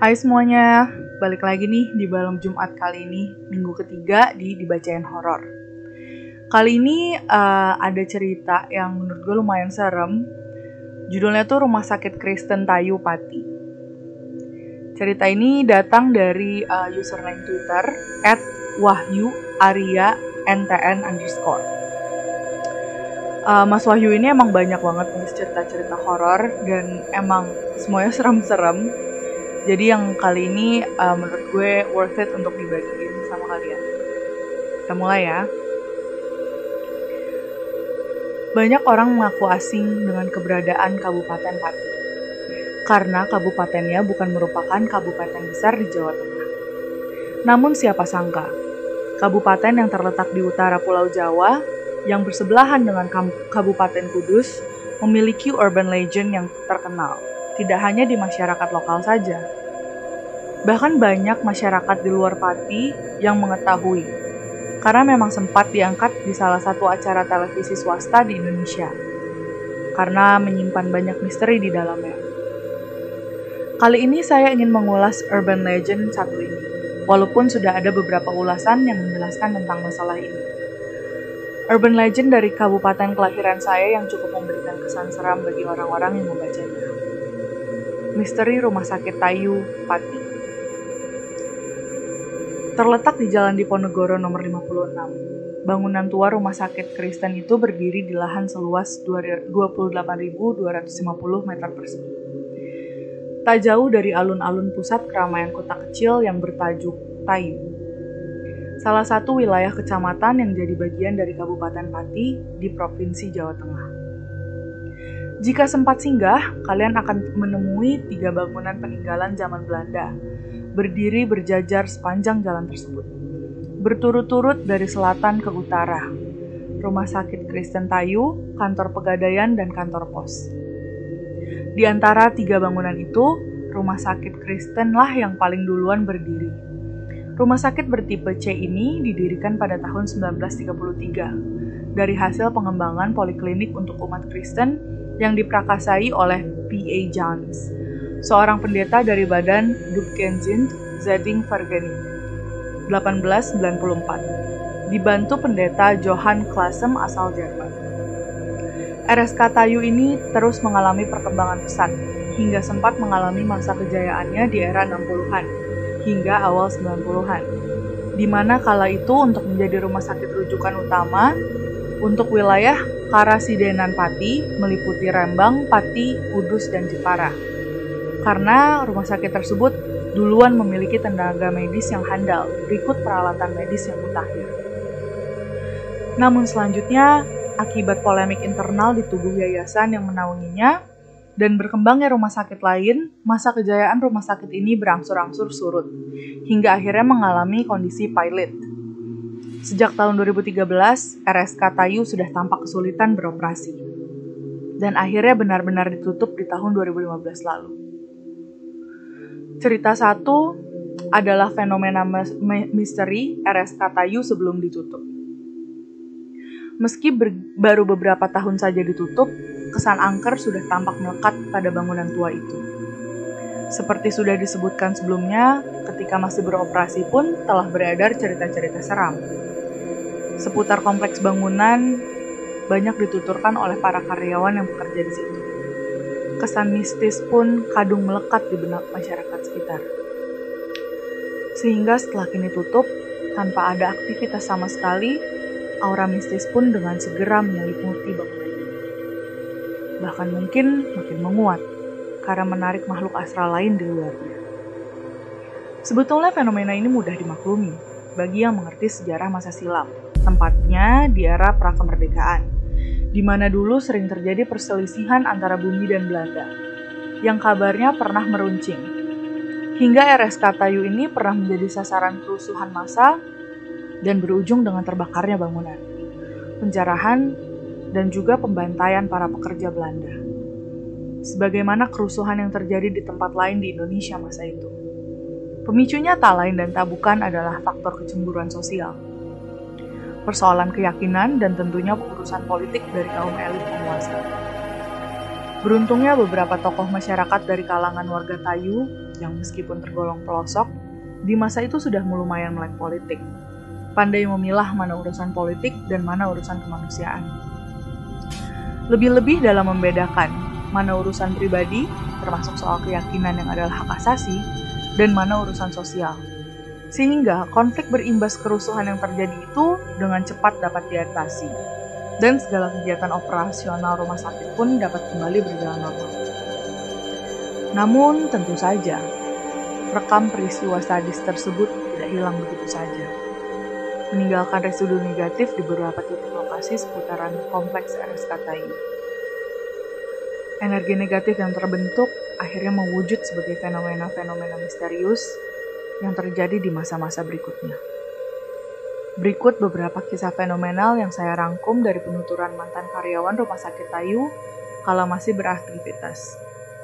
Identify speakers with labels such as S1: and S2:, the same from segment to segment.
S1: Hai semuanya, balik lagi nih di malam Jumat kali ini, minggu ketiga di Dibacain Horor. Kali ini ada cerita yang menurut gue lumayan serem. Judulnya tuh Rumah Sakit Kristen Tayu Pati. Cerita ini datang dari username Twitter @wahyuarya_ntn_. Mas Wahyu ini emang banyak banget nulis cerita-cerita horor dan emang semuanya serem-serem. Jadi yang kali ini menurut gue worth it untuk dibagiin sama kalian. Kita mulai ya. Banyak orang mengaku asing dengan keberadaan Kabupaten Pati. Karena kabupatennya bukan merupakan kabupaten besar di Jawa Tengah. Namun siapa sangka, kabupaten yang terletak di utara Pulau Jawa, yang bersebelahan dengan Kabupaten Kudus, memiliki urban legend yang terkenal. Tidak hanya di masyarakat lokal saja. Bahkan banyak masyarakat di luar Pati yang mengetahui, karena memang sempat diangkat di salah satu acara televisi swasta di Indonesia, karena menyimpan banyak misteri di dalamnya. Kali ini saya ingin mengulas urban legend satu ini, walaupun sudah ada beberapa ulasan yang menjelaskan tentang masalah ini. Urban legend dari kabupaten kelahiran saya yang cukup memberikan kesan seram bagi orang-orang yang membacanya. Misteri Rumah Sakit Tayu Pati. Terletak di Jalan Diponegoro nomor 56, bangunan tua Rumah Sakit Kristen itu berdiri di lahan seluas 28.250 meter persegi. Tak jauh dari alun-alun pusat keramaian kota kecil yang bertajuk Tayu. Salah satu wilayah kecamatan yang jadi bagian dari Kabupaten Pati di Provinsi Jawa Tengah. Jika sempat singgah, kalian akan menemui 3 bangunan peninggalan zaman Belanda, berdiri berjajar sepanjang jalan tersebut. Berturut-turut dari selatan ke utara, Rumah Sakit Kristen Tayu, kantor pegadaian, dan kantor pos. Di antara 3 bangunan itu, Rumah Sakit Kristen lah yang paling duluan berdiri. Rumah sakit bertipe C ini didirikan pada tahun 1933 dari hasil pengembangan poliklinik untuk umat Kristen yang diprakasai oleh P.A. Johns, seorang pendeta dari badan Dubkenzind Zeding-Vergening, 1894, dibantu pendeta Johann Claessem asal Jerman. RSK Tayu ini terus mengalami perkembangan pesat, hingga sempat mengalami masa kejayaannya di era 60-an, hingga awal 90-an, di mana kala itu untuk menjadi rumah sakit rujukan utama untuk wilayah Karasidenan Pati meliputi Rembang, Pati, Kudus, dan Jepara. Karena rumah sakit tersebut duluan memiliki tenaga medis yang handal, berikut peralatan medis yang mutakhir. Namun selanjutnya, akibat polemik internal di tubuh yayasan yang menaunginya, dan berkembangnya rumah sakit lain, masa kejayaan rumah sakit ini berangsur-angsur surut, hingga akhirnya mengalami kondisi pilot. Sejak tahun 2013, RSK Tayu sudah tampak kesulitan beroperasi, dan akhirnya benar-benar ditutup di tahun 2015 lalu. Cerita satu adalah fenomena misteri RSK Tayu sebelum ditutup. Meski baru beberapa tahun saja ditutup, kesan angker sudah tampak melekat pada bangunan tua itu. Seperti sudah disebutkan sebelumnya, ketika masih beroperasi pun telah beredar cerita-cerita seram. Seputar kompleks bangunan banyak dituturkan oleh para karyawan yang bekerja di situ. Kesan mistis pun kadung melekat di benak masyarakat sekitar. Sehingga setelah kini tutup, tanpa ada aktivitas sama sekali, aura mistis pun dengan segera menyelimuti bangunan ini. Bahkan mungkin makin menguat, karena menarik makhluk astral lain di luarnya. Sebetulnya fenomena ini mudah dimaklumi bagi yang mengerti sejarah masa silam, tempatnya di era pra-kemerdekaan, di mana dulu sering terjadi perselisihan antara bumi dan Belanda, yang kabarnya pernah meruncing. Hingga RSK Tayu ini pernah menjadi sasaran kerusuhan massa dan berujung dengan terbakarnya bangunan, penjarahan, dan juga pembantaian para pekerja Belanda. Sebagaimana kerusuhan yang terjadi di tempat lain di Indonesia masa itu. Pemicunya tak lain dan tak bukan adalah faktor kecemburuan sosial, persoalan keyakinan, dan tentunya urusan politik dari kaum elit penguasa. Beruntungnya beberapa tokoh masyarakat dari kalangan warga Tayu yang meskipun tergolong pelosok, di masa itu sudah lumayan melek politik. Pandai memilah mana urusan politik dan mana urusan kemanusiaan. Lebih-lebih dalam membedakan mana urusan pribadi, termasuk soal keyakinan yang adalah hak asasi, dan mana urusan sosial. Sehingga konflik berimbas kerusuhan yang terjadi itu dengan cepat dapat diatasi. Dan segala kegiatan operasional rumah sakit pun dapat kembali berjalan normal. Namun tentu saja, rekam peristiwa sadis tersebut tidak hilang begitu saja. Meninggalkan residu negatif di beberapa titik lokasi seputaran kompleks RSK Tayu. Energi negatif yang terbentuk akhirnya mewujud sebagai fenomena-fenomena misterius yang terjadi di masa-masa berikutnya. Berikut beberapa kisah fenomenal yang saya rangkum dari penuturan mantan karyawan Rumah Sakit Tayu kala masih beraktivitas.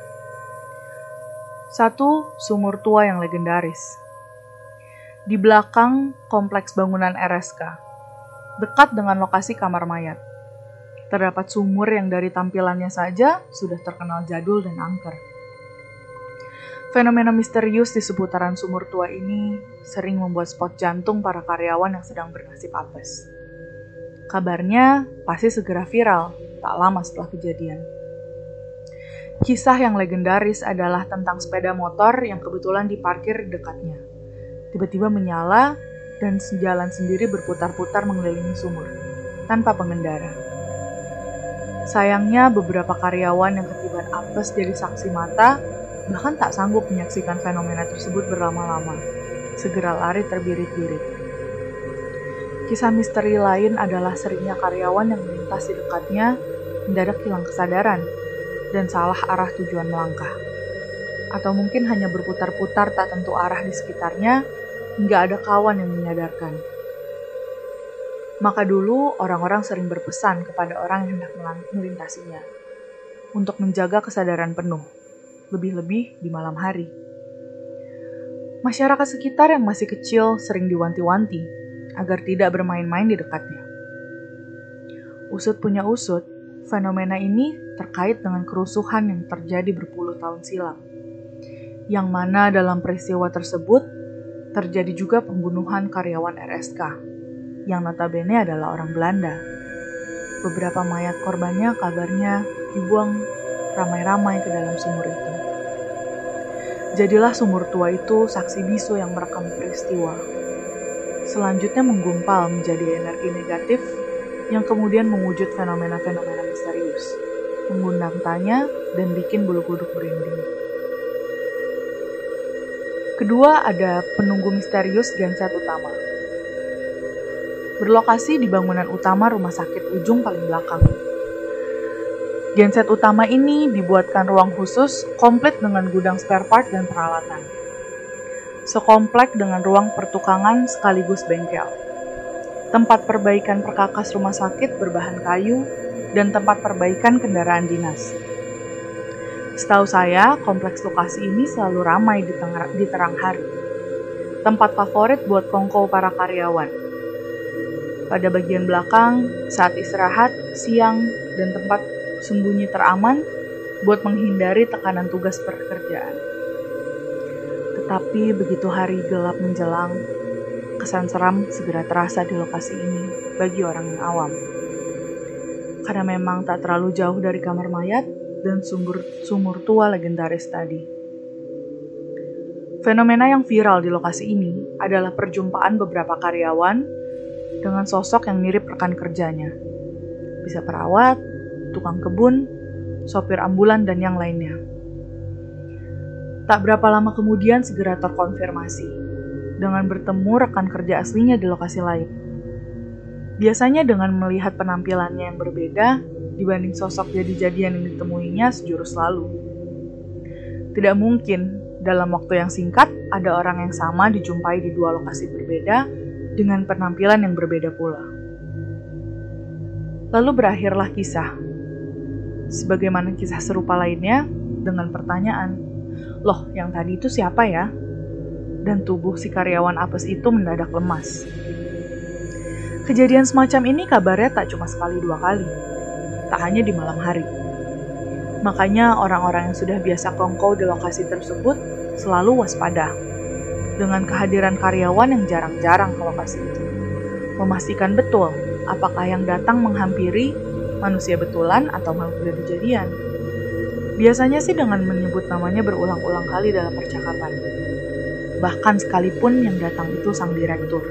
S1: 1. Sumur tua yang legendaris. Di belakang kompleks bangunan RSK, dekat dengan lokasi kamar mayat, terdapat sumur yang dari tampilannya saja sudah terkenal jadul dan angker. Fenomena misterius di seputaran sumur tua ini sering membuat spot jantung para karyawan yang sedang bernasib apes. Kabarnya pasti segera viral, tak lama setelah kejadian. Kisah yang legendaris adalah tentang sepeda motor yang kebetulan diparkir di dekatnya. Tiba-tiba menyala dan jalan sendiri berputar-putar mengelilingi sumur, tanpa pengendara. Sayangnya beberapa karyawan yang ketiban apes jadi saksi mata, bahkan tak sanggup menyaksikan fenomena tersebut berlama-lama, segera lari terbirit-birit. Kisah misteri lain adalah seringnya karyawan yang melintas di dekatnya mendadak hilang kesadaran dan salah arah tujuan melangkah. Atau mungkin hanya berputar-putar tak tentu arah di sekitarnya, hingga ada kawan yang menyadarkan. Maka dulu orang-orang sering berpesan kepada orang yang hendak melintasinya untuk menjaga kesadaran penuh, lebih-lebih di malam hari. Masyarakat sekitar yang masih kecil sering diwanti-wanti agar tidak bermain-main di dekatnya. Usut punya usut, fenomena ini terkait dengan kerusuhan yang terjadi berpuluh tahun silam, yang mana dalam peristiwa tersebut terjadi juga pembunuhan karyawan RSK, yang notabene adalah orang Belanda. Beberapa mayat korbannya kabarnya dibuang ramai-ramai ke dalam sumur itu. Jadilah sumur tua itu saksi bisu yang merekam peristiwa. Selanjutnya menggumpal menjadi energi negatif yang kemudian mewujud fenomena-fenomena misterius, mengundang tanya dan bikin bulu kuduk merinding. Kedua, ada penunggu misterius genset utama. Berlokasi di bangunan utama rumah sakit ujung paling belakang. Genset utama ini dibuatkan ruang khusus komplit dengan gudang spare part dan peralatan. Sekomplek dengan ruang pertukangan sekaligus bengkel. Tempat perbaikan perkakas rumah sakit berbahan kayu, dan tempat perbaikan kendaraan dinas. Setahu saya, kompleks lokasi ini selalu ramai di terang hari. Tempat favorit buat kongkow para karyawan. Pada bagian belakang, saat istirahat, siang, dan tempat sembunyi teraman buat menghindari tekanan tugas pekerjaan. Tetapi begitu hari gelap menjelang, kesan seram segera terasa di lokasi ini bagi orang yang awam. Karena memang tak terlalu jauh dari kamar mayat dan sumur tua legendaris tadi. Fenomena yang viral di lokasi ini adalah perjumpaan beberapa karyawan dengan sosok yang mirip rekan kerjanya. Bisa perawat, tukang kebun, sopir ambulan, dan yang lainnya. Tak berapa lama kemudian segera terkonfirmasi dengan bertemu rekan kerja aslinya di lokasi lain. Biasanya dengan melihat penampilannya yang berbeda dibanding sosok jadi-jadian yang ditemuinya sejurus lalu. Tidak mungkin dalam waktu yang singkat ada orang yang sama dijumpai di dua lokasi berbeda dengan penampilan yang berbeda pula. Lalu berakhirlah kisah. Sebagaimana kisah serupa lainnya dengan pertanyaan, "Loh, yang tadi itu siapa ya?" Dan tubuh si karyawan apes itu mendadak lemas. Kejadian semacam ini kabarnya tak cuma sekali dua kali, tak hanya di malam hari. Makanya orang-orang yang sudah biasa kongkow di lokasi tersebut selalu waspada dengan kehadiran karyawan yang jarang-jarang ke lokasi itu. Memastikan betul apakah yang datang menghampiri manusia betulan atau makhluk dari kejadian. Biasanya sih dengan menyebut namanya berulang-ulang kali dalam percakapan. Bahkan sekalipun yang datang itu sang direktur.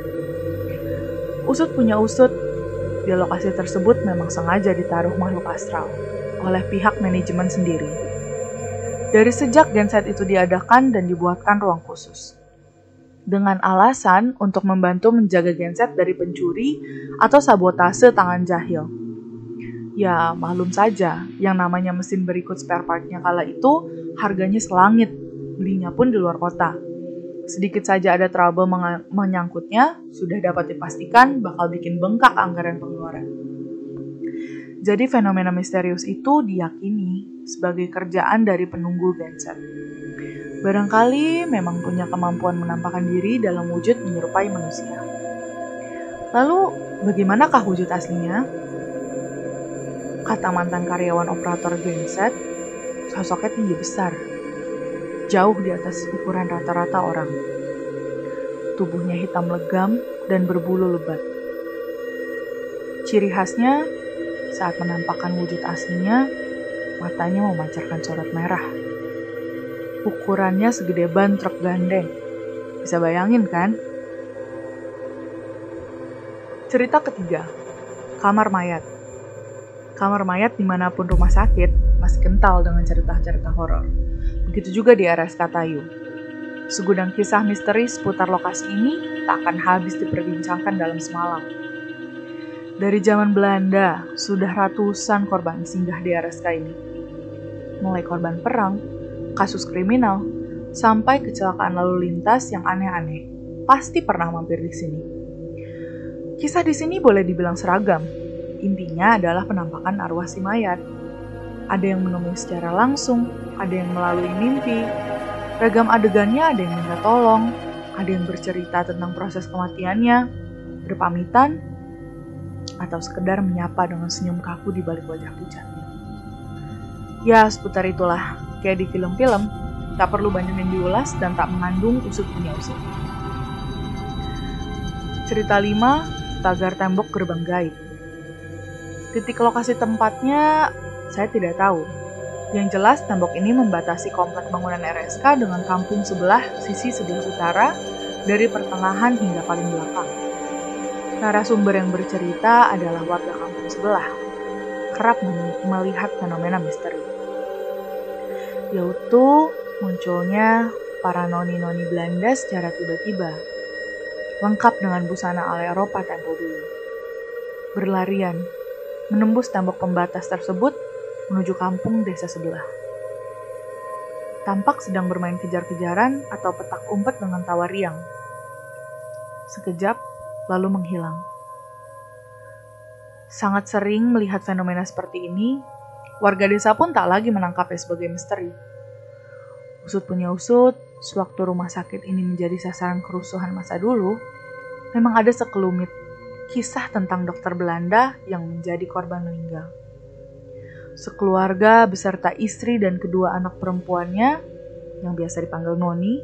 S1: Usut punya usut, di lokasi tersebut memang sengaja ditaruh makhluk astral oleh pihak manajemen sendiri. Dari sejak genset itu diadakan dan dibuatkan ruang khusus. Dengan alasan untuk membantu menjaga genset dari pencuri atau sabotase tangan jahil. Ya, maklum saja, yang namanya mesin berikut spare part-nya kala itu harganya selangit, belinya pun di luar kota. Sedikit saja ada trouble menyangkutnya, sudah dapat dipastikan bakal bikin bengkak anggaran pengeluaran. Jadi fenomena misterius itu diyakini sebagai kerjaan dari penunggu genset. Barangkali memang punya kemampuan menampakkan diri dalam wujud menyerupai manusia. Lalu, bagaimanakah wujud aslinya? Kata mantan karyawan operator genset, sosoknya tinggi besar, jauh di atas ukuran rata-rata orang. Tubuhnya hitam legam dan berbulu lebat. Ciri khasnya, saat menampakkan wujud aslinya, matanya memancarkan sorot merah. Ukurannya segede ban truk gandeng. Bisa bayangin kan? Cerita ketiga, kamar mayat. Kamar mayat dimanapun rumah sakit masih kental dengan cerita-cerita horor. Begitu juga di RSK Tayu. Segudang kisah misteri seputar lokasi ini tak akan habis diperbincangkan dalam semalam. Dari zaman Belanda, sudah ratusan korban singgah di RSK ini. Mulai korban perang, kasus kriminal, sampai kecelakaan lalu lintas yang aneh-aneh, pasti pernah mampir di sini. Kisah di sini boleh dibilang seragam. Intinya adalah penampakan arwah si mayat. Ada yang menemui secara langsung, ada yang melalui mimpi. Ragam adegannya ada yang minta tolong, ada yang bercerita tentang proses kematiannya, berpamitan, atau sekedar menyapa dengan senyum kaku di balik wajah pucatnya. Ya, seputar itulah. Kayak di film-film, tak perlu banyak yang diulas dan tak mengandung usut punya usut. Cerita 5, Pagar Tembok Gerbang Gaib. Titik lokasi tempatnya saya tidak tahu. Yang jelas tembok ini membatasi komplek bangunan RSK dengan kampung sebelah sisi utara dari pertengahan hingga paling belakang. Narasumber yang bercerita adalah warga kampung sebelah, kerap melihat fenomena misteri. Yaitu munculnya para noni-noni Belanda secara tiba-tiba, lengkap dengan busana ala Eropa tempo dulu. Berlarian, menembus tembok pembatas tersebut menuju kampung desa sebelah. Tampak sedang bermain kejar-kejaran atau petak umpet dengan tawa riang. Sekejap, lalu menghilang. Sangat sering melihat fenomena seperti ini, warga desa pun tak lagi menangkapnya sebagai misteri. Usut punya usut, sewaktu rumah sakit ini menjadi sasaran kerusuhan masa dulu, memang ada sekelumit kisah tentang dokter Belanda yang menjadi korban meninggal. Sekeluarga beserta istri dan kedua anak perempuannya, yang biasa dipanggil Noni,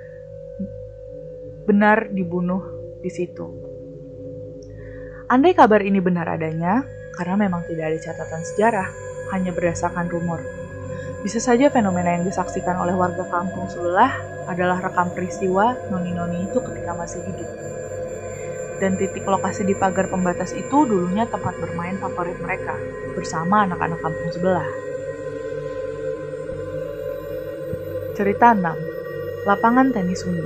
S1: benar dibunuh di situ. Andai kabar ini benar adanya, karena memang tidak ada catatan sejarah, hanya berdasarkan rumor. Bisa saja fenomena yang disaksikan oleh warga kampung sebelah adalah rekam peristiwa Noni-Noni itu ketika masih hidup. Dan titik lokasi di pagar pembatas itu dulunya tempat bermain favorit mereka, bersama anak-anak kampung sebelah. Cerita 6, Lapangan Tenis Sunyi.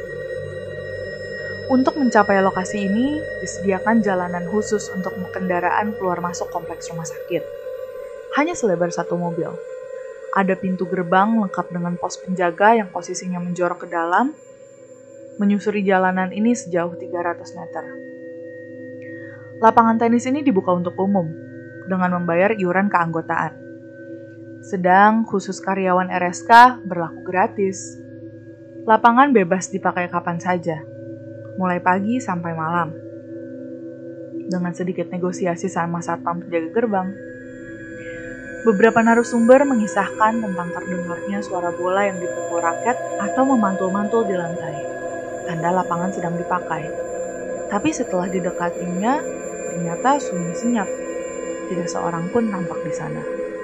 S1: Untuk mencapai lokasi ini, disediakan jalanan khusus untuk kendaraan keluar masuk kompleks rumah sakit. Hanya selebar satu mobil. Ada pintu gerbang lengkap dengan pos penjaga yang posisinya menjorok ke dalam, menyusuri jalanan ini sejauh 300 meter. Lapangan tenis ini dibuka untuk umum, dengan membayar iuran keanggotaan. Sedang khusus karyawan RSK berlaku gratis. Lapangan bebas dipakai kapan saja, mulai pagi sampai malam. Dengan sedikit negosiasi sama satpam penjaga gerbang. Beberapa narasumber mengisahkan tentang terdengarnya suara bola yang dipukul raket atau memantul-mantul di lantai. Tanda lapangan sedang dipakai. Tapi setelah didekatinya, ternyata sunyi senyap. Tidak seorang pun nampak di sana.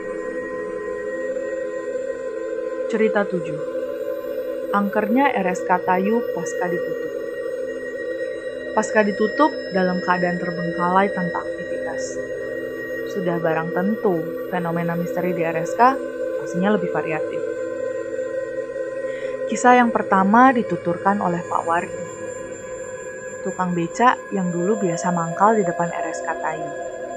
S1: Cerita 7. Angkernya RSK Tayu pasca ditutup. Pasca ditutup dalam keadaan terbengkalai tanpa aktivitas. Sudah barang tentu, fenomena misteri di RSK pastinya lebih variatif. Kisah yang pertama dituturkan oleh Pak Wardi, tukang becak yang dulu biasa mangkal di depan RSK Tayu.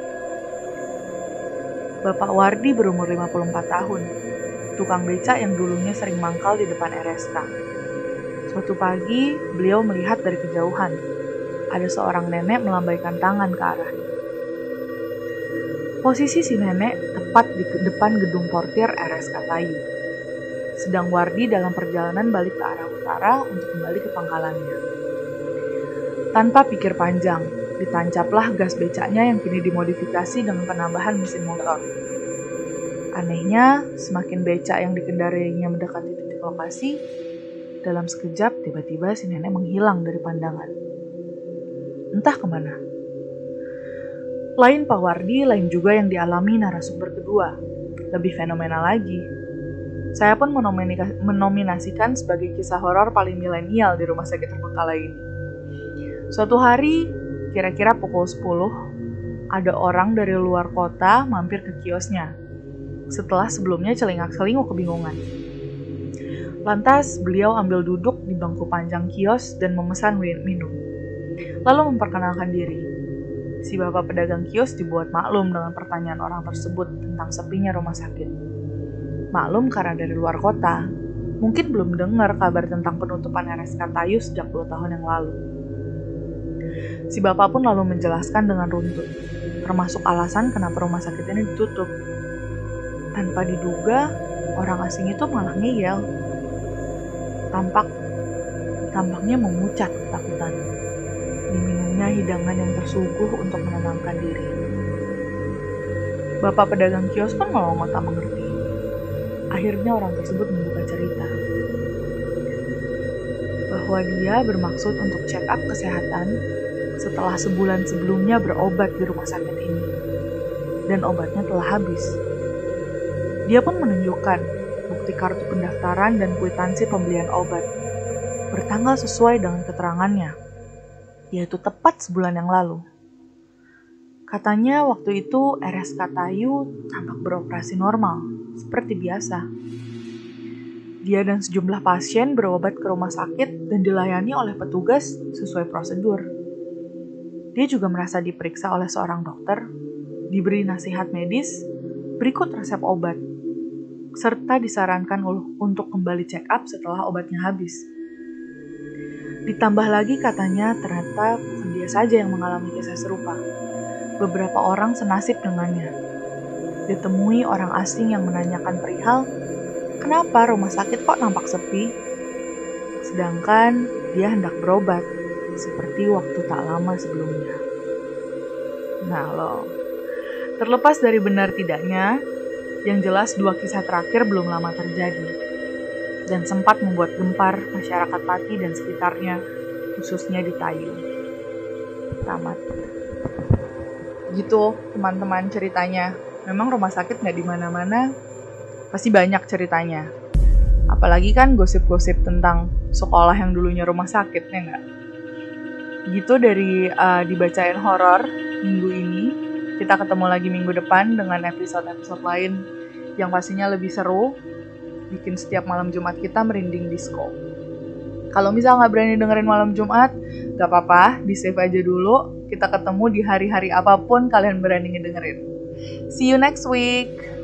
S1: Bapak Wardi berumur 54 tahun, tukang becak yang dulunya sering mangkal di depan RSK. Suatu pagi, beliau melihat dari kejauhan, ada seorang nenek melambaikan tangan ke arahnya. Posisi si nenek tepat di depan gedung portir RSK Tayu. Sedang Wardi dalam perjalanan balik ke arah utara untuk kembali ke pangkalannya. Tanpa pikir panjang, ditancaplah gas becaknya yang kini dimodifikasi dengan penambahan mesin motor. Anehnya, semakin becak yang dikendarainya mendekati titik lokasi, dalam sekejap tiba-tiba si nenek menghilang dari pandangan. Entah kemana. Lain Pak Wardi, lain juga yang dialami narasumber kedua. Lebih fenomenal lagi. Saya pun menominasikan sebagai kisah horor paling milenial di rumah sakit terbengkalai ini. Suatu hari, kira-kira pukul 10, ada orang dari luar kota mampir ke kiosnya. Setelah sebelumnya celingak-celinguk kebingungan. Lantas, beliau ambil duduk di bangku panjang kios dan memesan minum. Lalu memperkenalkan diri. Si bapak pedagang kios dibuat maklum dengan pertanyaan orang tersebut tentang sepinya rumah sakit. Maklum karena dari luar kota, mungkin belum dengar kabar tentang penutupan RSK Tayu sejak 2 tahun yang lalu. Si bapak pun lalu menjelaskan dengan runtut, termasuk alasan kenapa rumah sakit ini ditutup. Tanpa diduga, orang asing itu malah ngeyel. Tampaknya memucat ketakutan. Diminumnya hidangan yang tersuguh untuk menenangkan diri. Bapak pedagang kios pun melongo tak mengerti. Akhirnya orang tersebut membuka cerita bahwa dia bermaksud untuk check up kesehatan setelah sebulan sebelumnya berobat di rumah sakit ini. Dan obatnya telah habis. Dia pun menunjukkan bukti kartu pendaftaran dan kwitansi pembelian obat, bertanggal sesuai dengan keterangannya, yaitu tepat sebulan yang lalu. Katanya waktu itu RSK Tayu tampak beroperasi normal, seperti biasa. Dia dan sejumlah pasien berobat ke rumah sakit dan dilayani oleh petugas sesuai prosedur. Dia juga merasa diperiksa oleh seorang dokter, diberi nasihat medis, berikut resep obat, serta disarankan untuk kembali check up setelah obatnya habis. Ditambah lagi katanya ternyata bukan dia saja yang mengalami kisah serupa. Beberapa orang senasib dengannya. Ditemui orang asing yang menanyakan perihal, kenapa rumah sakit kok nampak sepi? Sedangkan dia hendak berobat, seperti waktu tak lama sebelumnya. Nah loh, terlepas dari benar tidaknya, yang jelas 2 kisah terakhir belum lama terjadi, dan sempat membuat gempar masyarakat Pati dan sekitarnya, khususnya di Tayu. Tamat. Gitu teman-teman ceritanya. Memang rumah sakit nggak di mana-mana, pasti banyak ceritanya. Apalagi kan gosip-gosip tentang sekolah yang dulunya rumah sakit, ya nggak? Gitu dari dibacain horor minggu ini. Kita ketemu lagi minggu depan dengan episode-episode lain yang pastinya lebih seru, bikin setiap malam Jumat kita merinding disco. Kalau misal nggak berani dengerin malam Jumat, nggak apa-apa, di-save aja dulu. Kita ketemu di hari-hari apapun kalian berani ngedengerin. See you next week!